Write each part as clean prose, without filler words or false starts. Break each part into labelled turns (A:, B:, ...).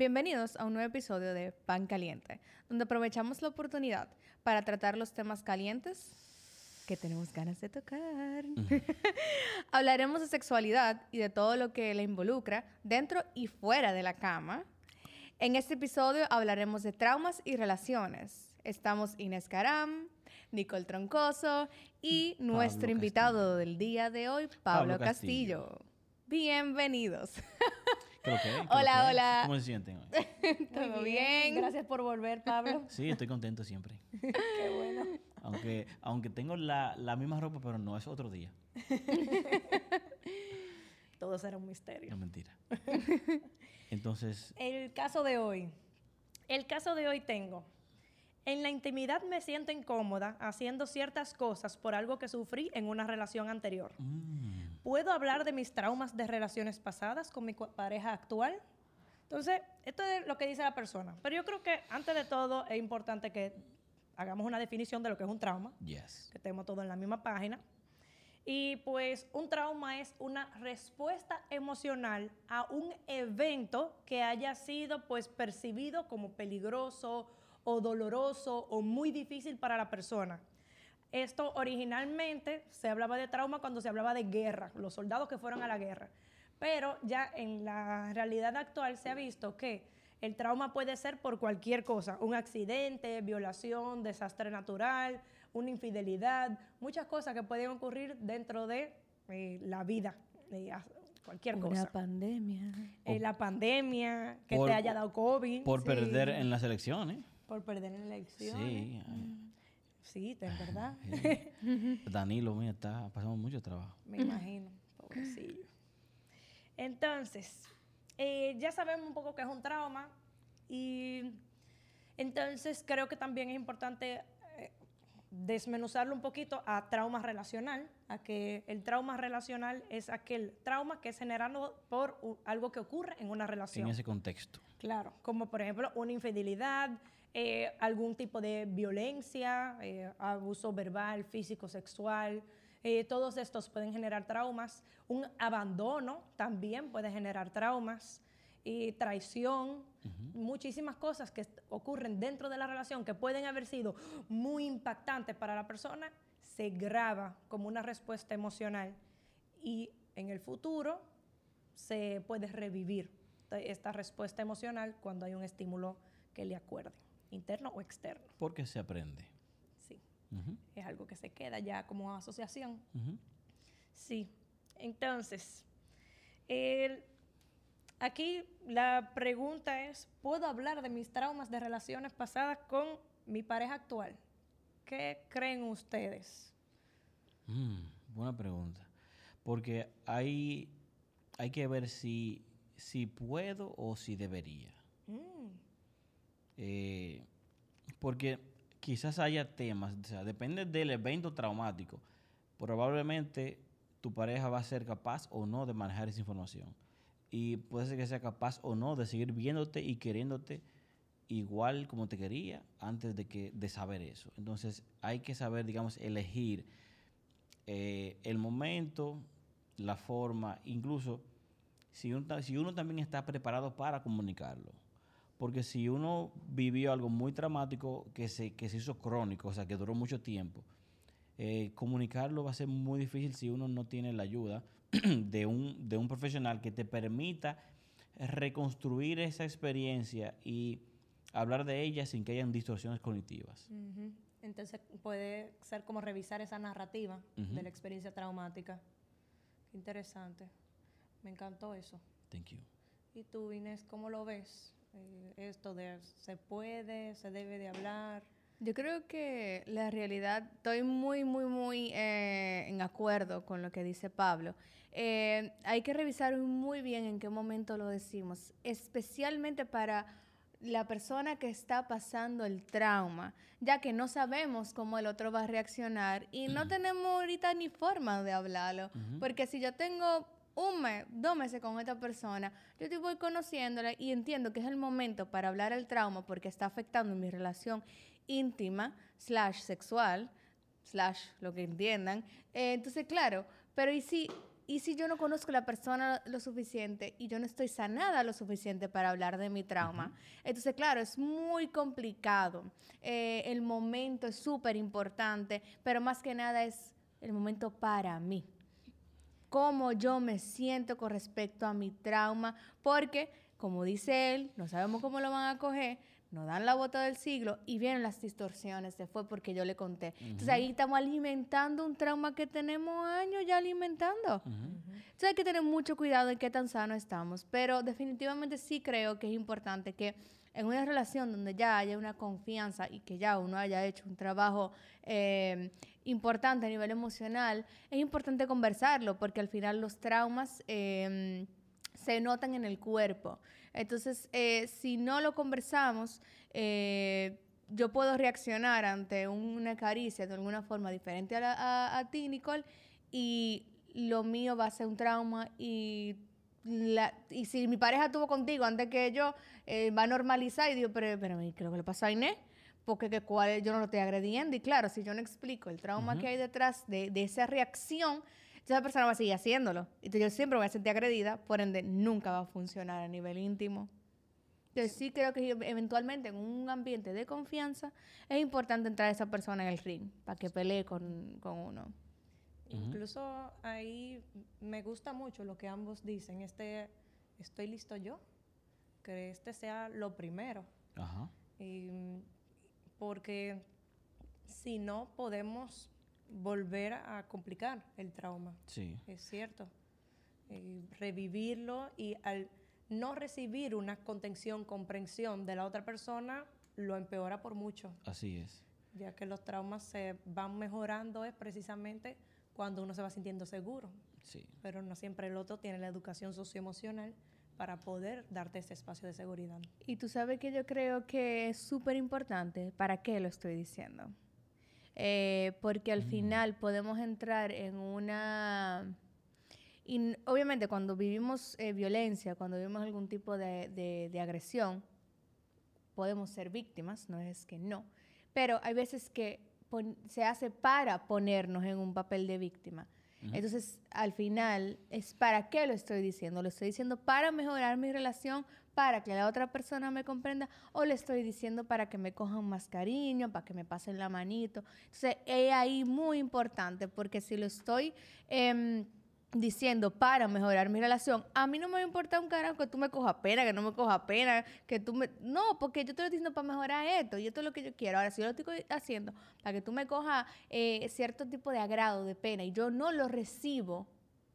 A: Bienvenidos a un nuevo episodio de Pan Caliente, donde aprovechamos la oportunidad para tratar los temas calientes que tenemos ganas de tocar. Hablaremos de sexualidad y de todo lo que la involucra dentro y fuera de la cama. En este episodio hablaremos de traumas y relaciones. Estamos Inés Caram, Nicole Troncoso y nuestro invitado del día de hoy, Pablo Castillo. Bienvenidos. Hola.
B: ¿Cómo se sienten hoy?
A: ¿Todo bien?
C: Gracias por volver, Pablo.
B: Sí, estoy contento siempre.
C: Qué bueno.
B: Aunque tengo la misma ropa, pero no, es otro día.
C: Todo será un misterio.
B: No, mentira. Entonces...
C: El caso de hoy tengo. En la intimidad me siento incómoda haciendo ciertas cosas por algo que sufrí en una relación anterior. ¿Puedo hablar de mis traumas de relaciones pasadas con mi pareja actual? Entonces, esto es lo que dice la persona. Pero yo creo que antes de todo es importante que hagamos una definición de lo que es un trauma.
B: Yes.
C: Que tenemos todo en la misma página. Y pues un trauma es una respuesta emocional a un evento que haya sido pues percibido como peligroso o doloroso o muy difícil para la persona. Esto originalmente se hablaba de trauma cuando se hablaba de guerra, los soldados que fueron a la guerra. Pero ya en la realidad actual se ha visto que el trauma puede ser por cualquier cosa, un accidente, violación, desastre natural, una infidelidad, muchas cosas que pueden ocurrir dentro de la vida, cualquier cosa.
A: Una pandemia.
C: La pandemia, que te haya dado COVID.
B: Por perder en las elecciones.
C: Por perder en elecciones.
B: Sí.
C: Sí, es verdad.
B: Danilo, mira, está pasando mucho trabajo.
C: Me imagino, pobrecillo. Entonces, ya sabemos un poco qué es un trauma y entonces creo que también es importante desmenuzarlo un poquito a trauma relacional, a que el trauma relacional es aquel trauma que es generado por algo que ocurre en una relación.
B: En ese contexto.
C: Claro, como por ejemplo una infidelidad, algún tipo de violencia, abuso verbal, físico, sexual. Todos estos pueden generar traumas. Un abandono también puede generar traumas. Traición, muchísimas cosas que ocurren dentro de la relación que pueden haber sido muy impactantes para la persona, se graba como una respuesta emocional y en el futuro se puede revivir esta respuesta emocional cuando hay un estímulo que le acuerde, interno o externo.
B: Porque se aprende.
C: Sí, es algo que se queda ya como asociación. Sí, entonces, aquí la pregunta es, ¿puedo hablar de mis traumas de relaciones pasadas con mi pareja actual? ¿Qué creen ustedes?
B: Buena pregunta. Porque hay que ver si puedo o si debería. Porque quizás haya temas, o sea, depende del evento traumático. Probablemente tu pareja va a ser capaz o no de manejar esa información. Y puede ser que sea capaz o no de seguir viéndote y queriéndote igual como te quería antes de saber eso. Entonces hay que saber, digamos, elegir el momento, la forma, incluso si uno también está preparado para comunicarlo. Porque si uno vivió algo muy traumático que se hizo crónico, o sea, que duró mucho tiempo, comunicarlo va a ser muy difícil si uno no tiene la ayuda de un profesional que te permita reconstruir esa experiencia y hablar de ella sin que hayan distorsiones cognitivas.
C: Entonces puede ser como revisar esa narrativa de la experiencia traumática. Qué interesante. Me encantó eso.
B: Thank you.
C: ¿Y tú, Inés, cómo lo ves? Esto de se puede, se debe de hablar.
A: Yo creo que la realidad, estoy muy en acuerdo con lo que dice Pablo. Hay que revisar muy bien en qué momento lo decimos, especialmente para la persona que está pasando el trauma, ya que no sabemos cómo el otro va a reaccionar y no tenemos ahorita ni forma de hablarlo, porque si yo tengo 1 mes, 2 meses con esta persona, yo te voy conociéndola y entiendo que es el momento para hablar el trauma porque está afectando mi relación íntima, /sexual, / lo que entiendan. Entonces, claro, pero ¿y si ¿y si yo no conozco a la persona lo suficiente y yo no estoy sanada lo suficiente para hablar de mi trauma? Entonces, claro, es muy complicado. El momento es súper importante, pero más que nada es el momento para mí. Cómo yo me siento con respecto a mi trauma, porque, como dice él, no sabemos cómo lo van a coger, nos dan la bota del siglo y vienen las distorsiones, se fue porque yo le conté. Entonces ahí estamos alimentando un trauma que tenemos años ya alimentando. Entonces hay que tener mucho cuidado en qué tan sano estamos, pero definitivamente sí creo que es importante que en una relación donde ya haya una confianza y que ya uno haya hecho un trabajo importante a nivel emocional, es importante conversarlo porque al final los traumas se notan en el cuerpo. Entonces, si no lo conversamos, yo puedo reaccionar ante una caricia de alguna forma diferente a ti, Nicole, y lo mío va a ser un trauma y si mi pareja estuvo contigo antes que yo, va a normalizar y digo, pero ¿qué es lo que le pasó a Inés? Porque yo no lo estoy agrediendo. Y claro, si yo no explico el trauma que hay detrás de esa reacción, esa persona va a seguir haciéndolo. Entonces yo siempre me voy a sentir agredida, por ende nunca va a funcionar a nivel íntimo. Entonces sí creo que eventualmente en un ambiente de confianza es importante entrar a esa persona en el ring para que pelee con uno.
C: Incluso ahí me gusta mucho lo que ambos dicen, estoy listo yo, que este sea lo primero.
B: Ajá.
C: Porque si no podemos volver a complicar el trauma.
B: Sí.
C: Es cierto. Revivirlo y al no recibir una contención, comprensión de la otra persona, lo empeora por mucho.
B: Así es.
C: Ya que los traumas se van mejorando es precisamente cuando uno se va sintiendo seguro.
B: Sí.
C: Pero no siempre el otro tiene la educación socioemocional para poder darte ese espacio de seguridad.
A: Y tú sabes que yo creo que es súper importante. ¿Para qué lo estoy diciendo? Porque al final podemos entrar en una... Y obviamente cuando vivimos violencia, cuando vivimos algún tipo de agresión, podemos ser víctimas, no es que no. Pero hay veces que se hace para ponernos en un papel de víctima. Entonces, al final, es ¿para qué lo estoy diciendo? ¿Lo estoy diciendo para mejorar mi relación, para que la otra persona me comprenda? ¿O le estoy diciendo para que me cojan más cariño, para que me pasen la manito? Entonces, es ahí muy importante, porque si lo estoy diciendo para mejorar mi relación, a mí no me va a importar un carajo que tú me cojas pena, que no me cojas pena, que tú me... No, porque yo te lo estoy diciendo para mejorar esto, y esto es lo que yo quiero. Ahora, si yo lo estoy haciendo para que tú me cojas cierto tipo de agrado, de pena, y yo no lo recibo,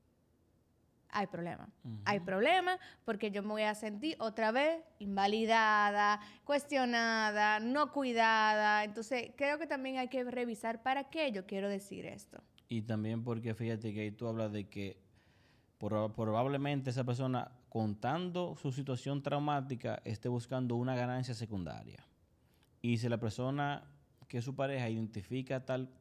A: hay problema. Hay problema porque yo me voy a sentir otra vez invalidada, cuestionada, no cuidada. Entonces, creo que también hay que revisar para qué yo quiero decir esto.
B: Y también porque fíjate que ahí tú hablas de que probablemente esa persona, contando su situación traumática, esté buscando una ganancia secundaria. Y si la persona que es su pareja identifica tal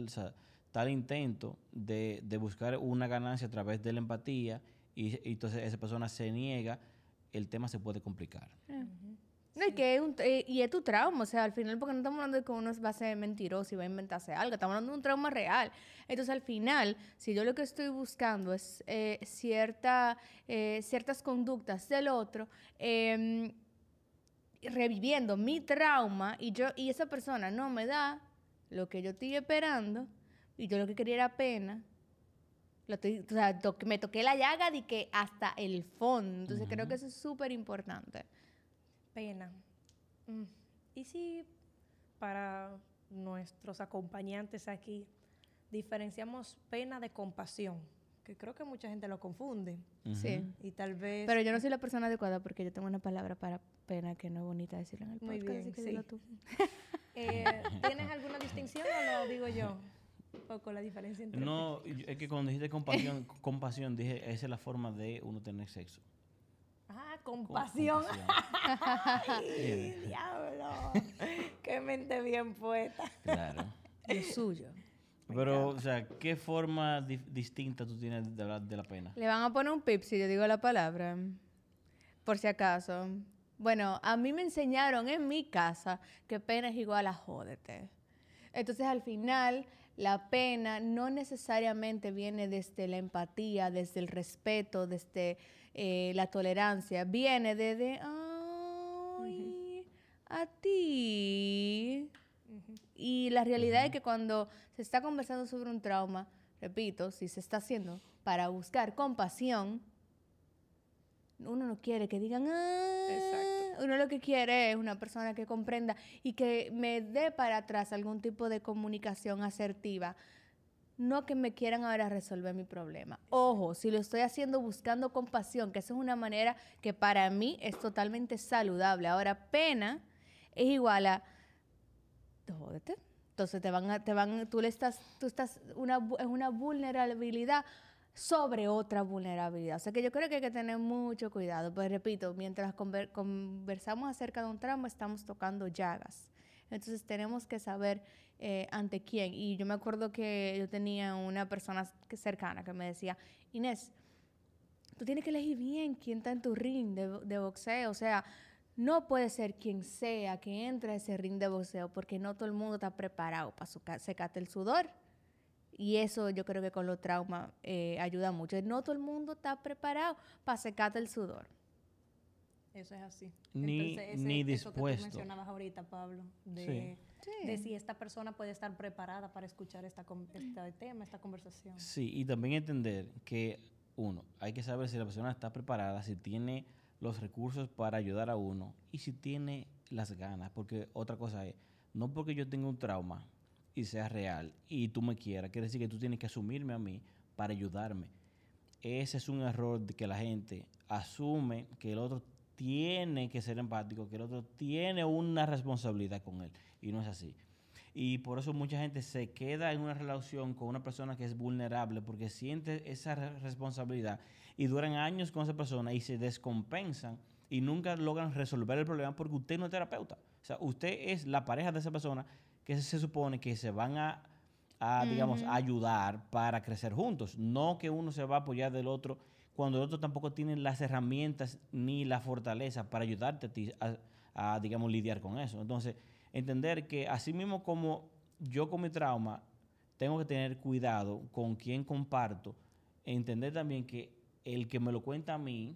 B: intento de buscar una ganancia a través de la empatía y entonces esa persona se niega, el tema se puede complicar.
A: No, y es tu trauma, o sea, al final, porque no estamos hablando de que uno va a ser mentiroso y va a inventarse algo, estamos hablando de un trauma real. Entonces, al final, si yo lo que estoy buscando es ciertas conductas del otro, reviviendo mi trauma, y esa persona no me da lo que yo estoy esperando, y yo lo que quería era pena, me toqué la llaga de que hasta el fondo. Entonces, creo que eso es súper importante.
C: Pena. ¿Y si para nuestros acompañantes aquí diferenciamos pena de compasión? Que creo que mucha gente lo confunde.
A: Sí.
C: Y tal vez...
A: Pero yo no soy la persona adecuada porque yo tengo una palabra para pena que no es bonita decirlo en el podcast.
C: Muy bien,
A: así que
C: sí.
A: dilo tú.
C: ¿Tienes alguna distinción o lo digo yo? Un poco la diferencia entre...
B: No, es que cuando dijiste compasión, dije, esa es la forma de uno tener sexo.
C: Ah, compasión. ¡Ay, diablo! ¡Qué mente bien puesta!
B: Claro.
A: Lo suyo.
B: Pero, o sea, ¿qué forma distinta tú tienes de hablar de la pena?
A: Le van a poner un pip si yo digo la palabra. Por si acaso. Bueno, a mí me enseñaron en mi casa que pena es igual a jódete. Entonces, al final, la pena no necesariamente viene desde la empatía, desde el respeto, desde la tolerancia. Viene desde, ay, a ti. Y la realidad es que cuando se está conversando sobre un trauma, repito, si se está haciendo para buscar compasión, uno no quiere que digan,
C: Exacto.
A: uno lo que quiere es una persona que comprenda y que me dé para atrás algún tipo de comunicación asertiva. No que me quieran ahora resolver mi problema. Ojo, si lo estoy haciendo buscando compasión, que esa es una manera que para mí es totalmente saludable. Ahora, pena es igual a jódete. Entonces tú estás en una vulnerabilidad sobre otra vulnerabilidad. O sea que yo creo que hay que tener mucho cuidado. Pues repito, mientras conversamos acerca de un trauma, estamos tocando llagas. Entonces tenemos que saber ante quién. Y yo me acuerdo que yo tenía una persona cercana que me decía, Inés, tú tienes que elegir bien quién está en tu ring de boxeo. O sea, no puede ser quien sea que entre a ese ring de boxeo porque no todo el mundo está preparado para secarte el sudor. Y eso yo creo que con los traumas ayuda mucho. No todo el mundo está preparado para secarte el sudor.
C: Eso es así.
B: Ni
C: Eso que
B: dispuesto.
C: tú mencionabas ahorita, Pablo,
A: Sí.
C: de si esta persona puede estar preparada para escuchar este tema, esta conversación.
B: Sí, y también entender que, uno, hay que saber si la persona está preparada, si tiene los recursos para ayudar a uno y si tiene las ganas, porque otra cosa es, no porque yo tenga un trauma y sea real y tú me quieras, quiere decir que tú tienes que asumirme a mí para ayudarme. Ese es un error de que la gente asume que el otro tiene que ser empático, que el otro tiene una responsabilidad con él y no es así. Y por eso mucha gente se queda en una relación con una persona que es vulnerable porque siente esa responsabilidad y duran años con esa persona y se descompensan y nunca logran resolver el problema porque usted no es terapeuta. O sea, usted es la pareja de esa persona que se supone que se van digamos, a ayudar para crecer juntos. No que uno se va a apoyar del otro cuando el otro tampoco tiene las herramientas ni la fortaleza para ayudarte a ti digamos, lidiar con eso. Entonces, entender que así mismo como yo con mi trauma tengo que tener cuidado con quién comparto, entender también que el que me lo cuenta a mí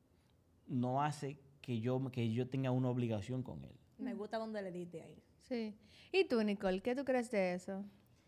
B: no hace que yo tenga una obligación con él.
C: Me gusta donde le diste ahí.
A: Sí. ¿Y tú, Nicole, qué tú crees de eso?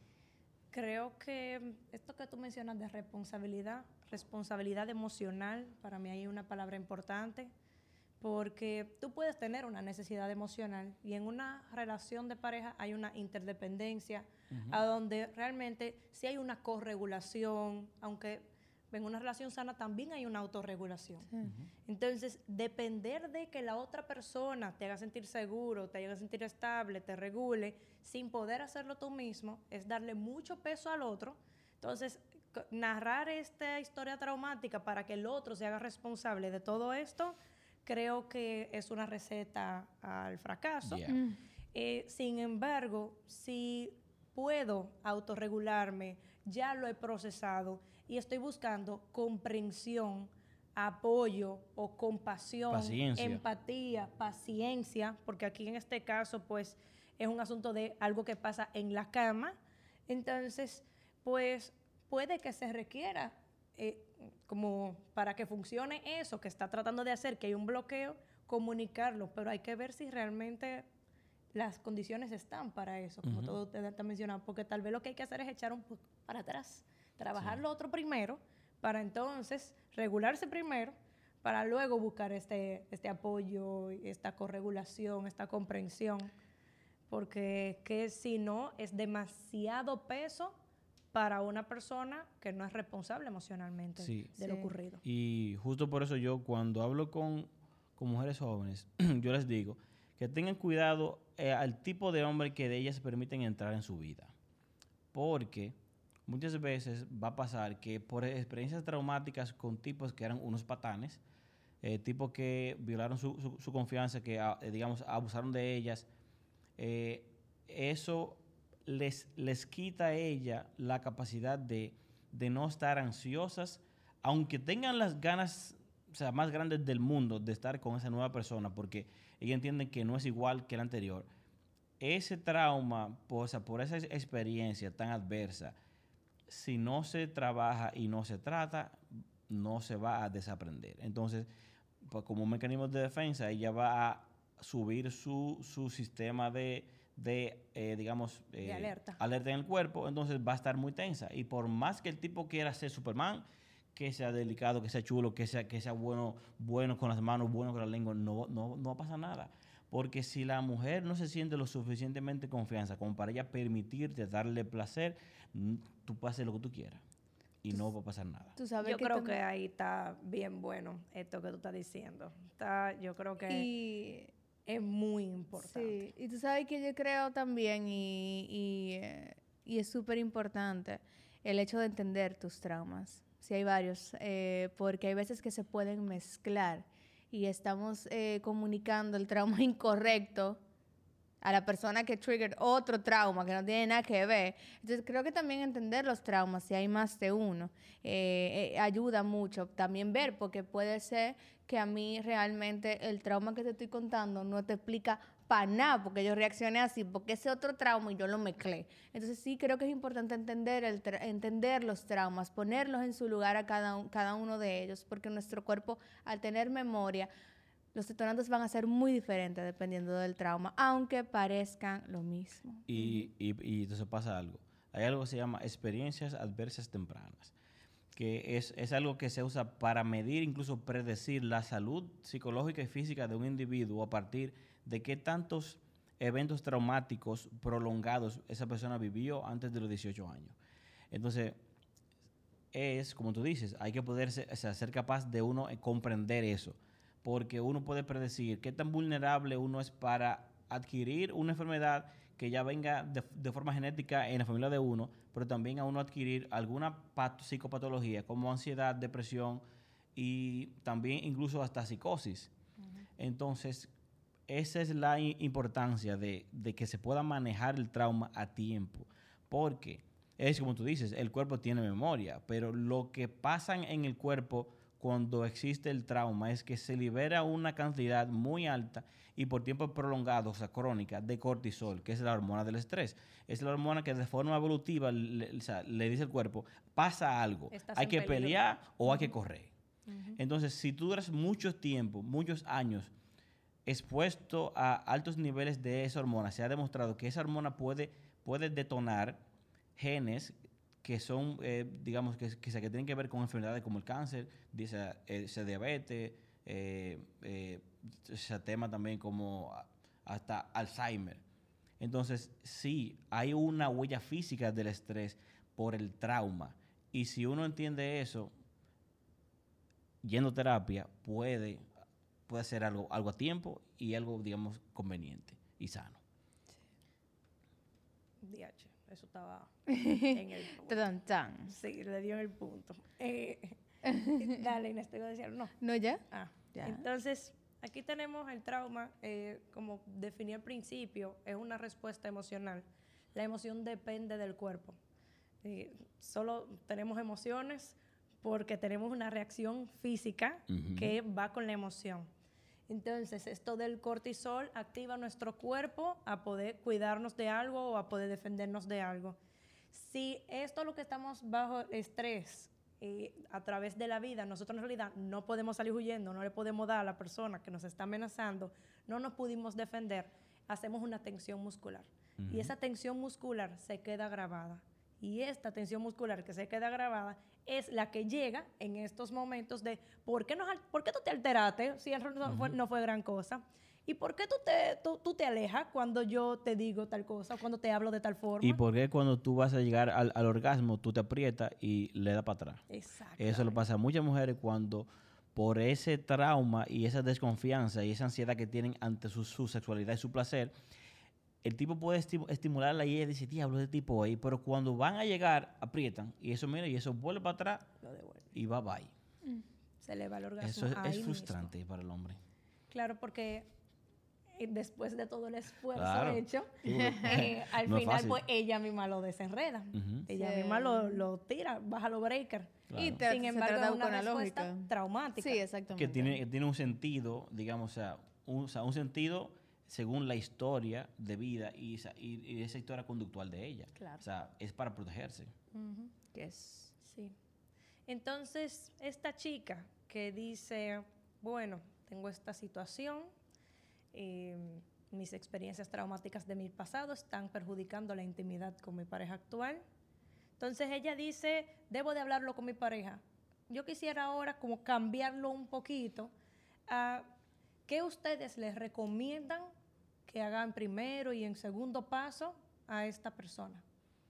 C: Creo que esto que tú mencionas de responsabilidad emocional, para mí hay una palabra importante, porque tú puedes tener una necesidad emocional y en una relación de pareja hay una interdependencia, a donde realmente sí hay una corregulación, aunque en una relación sana también hay una autorregulación. Entonces, depender de que la otra persona te haga sentir seguro, te haga sentir estable, te regule, sin poder hacerlo tú mismo, es darle mucho peso al otro. Entonces, narrar esta historia traumática para que el otro se haga responsable de todo esto, creo que es una receta al fracaso. Sin embargo, si puedo autorregularme, ya lo he procesado y estoy buscando comprensión, apoyo o compasión,
B: Paciencia.
C: empatía, paciencia, porque aquí en este caso pues es un asunto de algo que pasa en la cama, entonces pues puede que se requiera como para que funcione eso que está tratando de hacer, que hay un bloqueo, comunicarlo, pero hay que ver si realmente las condiciones están para eso, como todos ustedes han mencionado, porque tal vez lo que hay que hacer es echar un poco para atrás, trabajar lo otro primero, para entonces regularse primero, para luego buscar este apoyo, esta corregulación, esta comprensión, porque que si no es demasiado peso para una persona que no es responsable emocionalmente de lo ocurrido.
B: Y justo por eso yo cuando hablo con mujeres jóvenes, yo les digo que tengan cuidado al tipo de hombre que de ellas permiten entrar en su vida. Porque muchas veces va a pasar que por experiencias traumáticas con tipos que eran unos patanes, tipos que violaron su confianza, que digamos abusaron de ellas, eso les quita a ella la capacidad de no estar ansiosas, aunque tengan las ganas, o sea, más grandes del mundo de estar con esa nueva persona, porque ellos entienden que no es igual que la anterior. ese trauma, o sea, por esa experiencia tan adversa, si no se trabaja y no se trata, no se va a desaprender. Entonces, pues como un mecanismo de defensa, ella va a subir su sistema digamos,
C: De alerta.
B: alerta en el cuerpo, entonces va a estar muy tensa. Y por más que el tipo quiera ser Superman, que sea delicado, que sea chulo, que sea bueno con las manos, bueno con la lengua, no va a pasar nada. Porque si la mujer no se siente lo suficientemente confianza como para ella permitirte darle placer, tú puedes hacer lo que tú quieras y no va a pasar nada.
A: Tú sabes
C: Yo creo que
A: también-
C: ahí está bien bueno esto que tú estás diciendo. Yo creo que
A: y
C: es muy importante.
A: sí, y tú sabes que yo creo también, y es súper importante, el hecho de entender tus traumas. Sí, hay varios, porque hay veces que se pueden mezclar y estamos comunicando el trauma incorrecto a la persona que trigger otro trauma que no tiene nada que ver. Entonces creo que también entender los traumas, si hay más de uno, ayuda mucho. También ver, porque puede ser que a mí realmente el trauma que te estoy contando no te explica para nada, porque yo reaccioné así, porque ese otro trauma y yo lo mezclé. Entonces sí creo que es importante entender, entender los traumas, ponerlos en su lugar a cada uno de ellos, porque nuestro cuerpo, al tener memoria, los detonantes van a ser muy diferentes dependiendo del trauma, aunque parezcan lo mismo.
B: Y entonces pasa algo. Hay algo que se llama experiencias adversas tempranas, que es algo que se usa para medir, incluso predecir la salud psicológica y física de un individuo a partir de qué tantos eventos traumáticos prolongados esa persona vivió antes de los 18 años. Entonces, como tú dices, hay que poder ser capaz de uno comprender eso, porque uno puede predecir qué tan vulnerable uno es para adquirir una enfermedad que ya venga de forma genética en la familia de uno, pero también a uno adquirir alguna psicopatología como ansiedad, depresión y también incluso hasta psicosis. Entonces, esa es la importancia de que se pueda manejar el trauma a tiempo, porque es como tú dices, el cuerpo tiene memoria, pero lo que pasa en el cuerpo cuando existe el trauma es que se libera una cantidad muy alta y por tiempo prolongado, o sea, crónica, de cortisol, que es la hormona del estrés. Es la hormona que de forma evolutiva le dice al cuerpo, pasa algo,
C: Estás
B: hay
C: en
B: que
C: peligro.
B: pelear o hay que correr. Entonces, si tú duras mucho tiempo, muchos años, expuesto a altos niveles de esa hormona, se ha demostrado que esa hormona puede detonar genes que son, digamos, que tienen que ver con enfermedades como el cáncer, ese diabetes, ese tema también como hasta Alzheimer. Entonces, sí, hay una huella física del estrés por el trauma. Y si uno entiende eso, yendo a terapia, puede ser algo a tiempo y algo, digamos, conveniente y sano.
C: DH, eso estaba en el punto.
A: Tan, tan.
C: Sí, le dio en el punto. Dale, Inés, te iba a decir, no.
A: ¿No ya?
C: Ah,
A: Ya.
C: entonces, aquí tenemos el trauma, como definí al principio, es una respuesta emocional. La emoción depende del cuerpo. Solo tenemos emociones porque tenemos una reacción física que va con la emoción. Entonces, esto del cortisol activa nuestro cuerpo a poder cuidarnos de algo o a poder defendernos de algo. Si esto es lo que estamos bajo estrés a través de la vida, nosotros en realidad no podemos salir huyendo, no le podemos dar a la persona que nos está amenazando, no nos pudimos defender, hacemos una tensión muscular. Y esa tensión muscular se queda grabada. Y esta tensión muscular que se queda grabada es la que llega en estos momentos de ¿por qué tú te alteraste si no fue gran cosa? ¿Y por qué tú te alejas cuando yo te digo tal cosa o cuando te hablo de tal forma?
B: ¿Y por qué cuando tú vas a llegar al orgasmo, tú te aprietas y le das para atrás?
C: Exacto.
B: Eso le pasa a muchas mujeres cuando por ese trauma y esa desconfianza y esa ansiedad que tienen ante su sexualidad y su placer, el tipo puede estimularla y ella dice, diablo, de tipo ahí, pero cuando van a llegar, aprietan y eso, mira, y eso vuelve para atrás
C: Lo devuelve.
B: y bye.
C: Se le va el orgasmo
B: Eso
C: ahí
B: es
C: mismo.
B: frustrante para el hombre.
C: Claro, porque después de todo el esfuerzo
B: Claro.
C: hecho,
B: Sí,
C: al
B: no es
C: final
B: fácil.
C: pues ella misma lo desenreda. Ella
A: Sí.
C: misma lo tira, baja los breakers.
B: Claro.
A: Y
C: Sin
A: se
C: embargo,
A: trata
C: es
A: de
C: una
A: buscar una
C: respuesta
A: lógica.
C: traumática.
A: Sí, exactamente.
B: Que tiene un sentido, digamos, un sentido según la historia de vida y esa historia conductual de ella.
A: Claro.
B: O sea, es para protegerse.
C: Ujú.
A: Yes.
C: Sí. Entonces, esta chica que dice, bueno, tengo esta situación, mis experiencias traumáticas de mi pasado están perjudicando la intimidad con mi pareja actual. Entonces ella dice, debo de hablarlo con mi pareja. Yo quisiera ahora como cambiarlo un poquito. ¿Qué ustedes les recomiendan que hagan primero y en segundo paso a esta persona?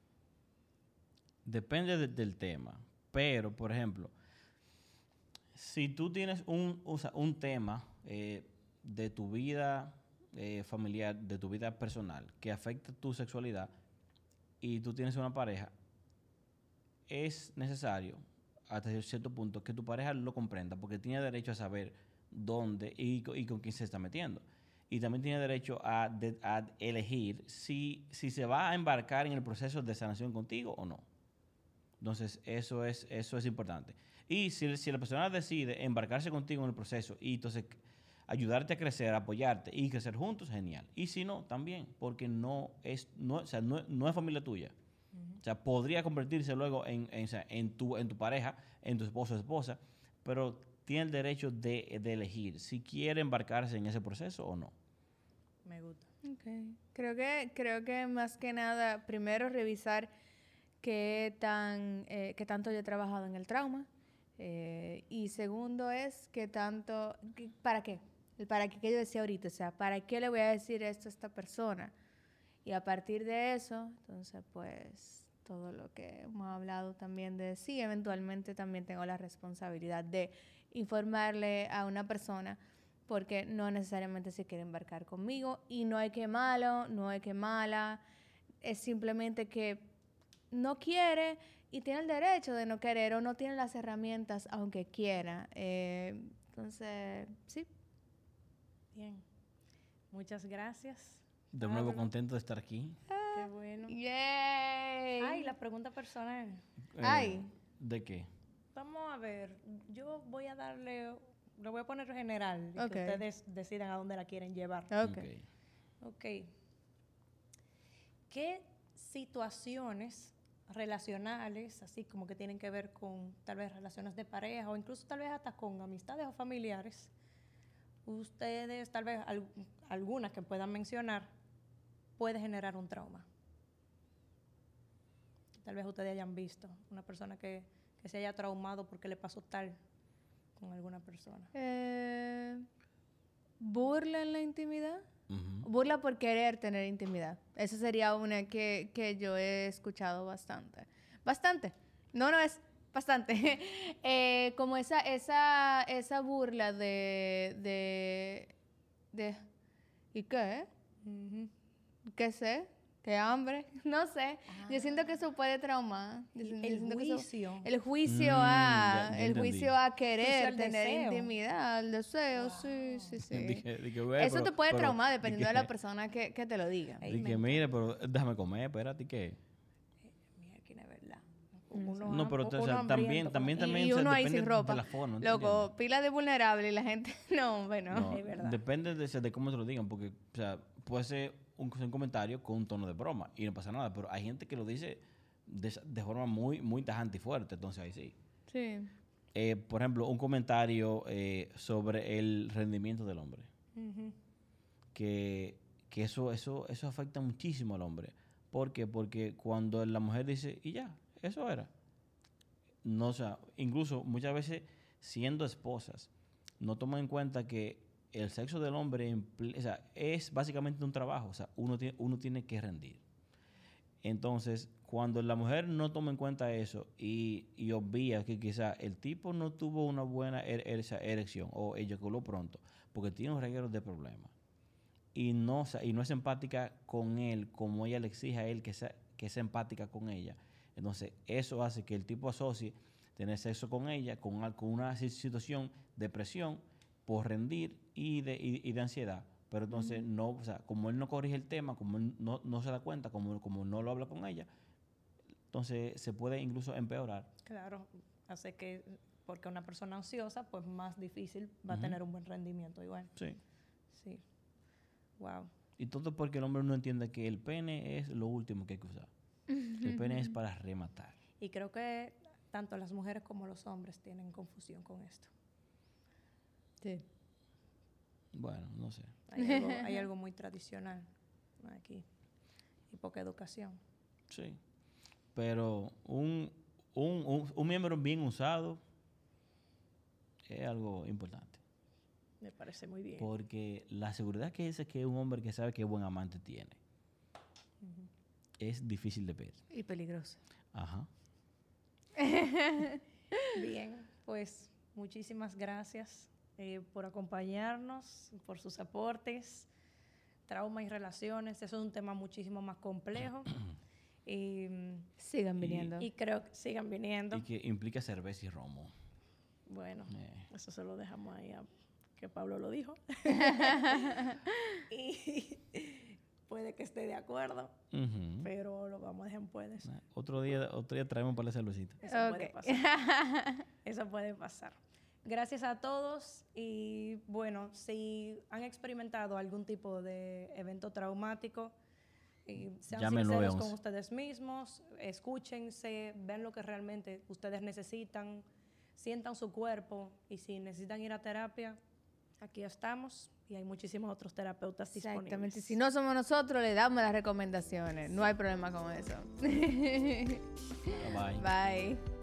B: Depende del tema. Pero, por ejemplo, si tú tienes un tema de tu vida familiar, de tu vida personal, que afecta tu sexualidad y tú tienes una pareja, es necesario hasta cierto punto que tu pareja lo comprenda, porque tiene derecho a saber dónde y con quién se está metiendo. Y también tiene derecho a elegir si se va a embarcar en el proceso de sanación contigo o no. Entonces, eso es importante. Y si la persona decide embarcarse contigo en el proceso y entonces ayudarte a crecer, apoyarte y crecer juntos, genial. Y si no, también, porque no es familia tuya. O sea, podría convertirse luego en tu pareja, en tu esposo o esposa, pero tiene el derecho de elegir si quiere embarcarse en ese proceso o no.
C: Me gusta.
A: Okay. Creo que más que nada, primero revisar qué tanto yo he trabajado en el trauma. Y segundo es ¿para qué? El para qué que yo decía ahorita, o sea, ¿para qué le voy a decir esto a esta persona? Y a partir de eso, entonces pues todo lo que hemos hablado también de sí, eventualmente también tengo la responsabilidad de informarle a una persona porque no necesariamente se quiere embarcar conmigo y no hay que malo, no hay que mala, es simplemente que no quiere y tiene el derecho de no querer o no tiene las herramientas aunque quiera. Entonces, sí.
C: Bien. Muchas gracias.
B: De nuevo,
C: Pablo.
B: contento de estar aquí.
C: Qué bueno.
A: ¡Yay!
C: Ay, la pregunta personal.
A: Ay.
B: ¿De qué?
C: Vamos a ver, yo voy a lo voy a poner general, y
A: Ok.
C: que ustedes decidan a dónde la quieren llevar.
A: Ok.
C: Ok. ¿Qué situaciones relacionales, así como que tienen que ver con tal vez relaciones de pareja o incluso tal vez hasta con amistades o familiares, ustedes tal vez algunas que puedan mencionar, puede generar un trauma? Tal vez ustedes hayan visto una persona que se haya traumado porque le pasó tal con alguna persona.
A: Burla en la intimidad.
B: Ujú.
A: Burla por querer tener intimidad. Esa sería una que yo he escuchado bastante. Bastante. No es bastante. Como esa burla de ¿y qué?
C: Ujú.
A: ¿Qué sé? ¿Qué hambre? No sé. Yo siento que eso puede traumar. Yo
C: Y
A: siento
C: el
A: que eso-
C: juicio.
A: el juicio
B: Ya
A: el
B: entendí.
A: juicio a querer
C: Juicio al
A: tener
C: deseo.
A: intimidad, el deseo,
C: Wow.
A: sí.
B: Dije, güey,
A: Eso te puede traumar dependiendo de la
B: persona.
A: persona que te lo diga.
C: Ey, me
B: Dije,
C: encanta.
B: mire, pero déjame comer, espérate, ¿qué?
C: Mira, que no es verdad.
B: No, pero o sea,
C: uno hambriento con-
B: también
A: Y
B: o sea,
A: uno ahí
B: depende
A: sin ropa.
B: de la forma, ¿tú
A: Loco,
B: entiendes?
A: pila de vulnerable y la gente... No, bueno.
B: No,
C: Es verdad.
B: depende de cómo te lo digan, porque, o sea, puede ser un comentario con un tono de broma y no pasa nada, pero hay gente que lo dice de forma muy tajante y fuerte, entonces ahí sí.
A: Sí.
B: Por ejemplo, un comentario sobre el rendimiento del hombre,
C: Ujú.
B: que eso afecta muchísimo al hombre. ¿Por qué? Porque cuando la mujer dice, y ya, eso era. No, o sea, incluso muchas veces siendo esposas, no toman en cuenta que el sexo del hombre o sea, es básicamente un trabajo, o sea, uno tiene que rendir. Entonces, cuando la mujer no toma en cuenta eso y obvia que quizá el tipo no tuvo una buena esa erección o eyaculó pronto, porque tiene un reguero de problemas, y no es empática con él como ella le exige a él que sea empática con ella, entonces eso hace que el tipo asocie tener sexo con ella con una situación de presión por rendir y de ansiedad. Pero entonces, no, o sea, como él no corrige el tema, como él no se da cuenta, como no lo habla con ella, entonces se puede incluso empeorar.
C: Claro, hace que, porque una persona ansiosa, pues más difícil va a
B: Ujú.
C: tener un buen rendimiento igual.
B: Sí.
C: Sí. Wow.
B: Y todo porque el hombre no entiende que el pene es lo último que hay que usar. El pene es para rematar.
C: Y creo que tanto las mujeres como los hombres tienen confusión con esto.
A: Sí.
B: Bueno, no sé.
C: Hay algo muy tradicional aquí y poca educación.
B: Sí. Pero un miembro bien usado es algo importante.
C: Me parece muy bien.
B: Porque la seguridad que dice que un hombre que sabe qué buen amante tiene es difícil de ver.
A: Y peligroso.
B: Ajá.
C: Bien, pues muchísimas gracias por acompañarnos, por sus aportes. Trauma y relaciones, eso es un tema muchísimo más complejo.
A: Sigan viniendo.
C: Y creo que sigan viniendo.
B: Y que implica cerveza y romo.
C: Bueno, eso se lo dejamos ahí a que Pablo lo dijo. Y puede que esté de acuerdo, pero lo vamos a dejar en puedes.
B: Otro día traemos para la cervecita.
C: Eso puede pasar. Eso puede pasar. Gracias a todos y bueno, si han experimentado algún tipo de evento traumático, sean
B: Llame al
C: sinceros
B: 911.
C: con ustedes mismos, escúchense, vean lo que realmente ustedes necesitan, sientan su cuerpo y si necesitan ir a terapia, aquí estamos y hay muchísimos otros terapeutas disponibles.
A: Exactamente. Si no somos nosotros, le damos las recomendaciones. No hay problema con eso.
B: Bye.
A: Bye.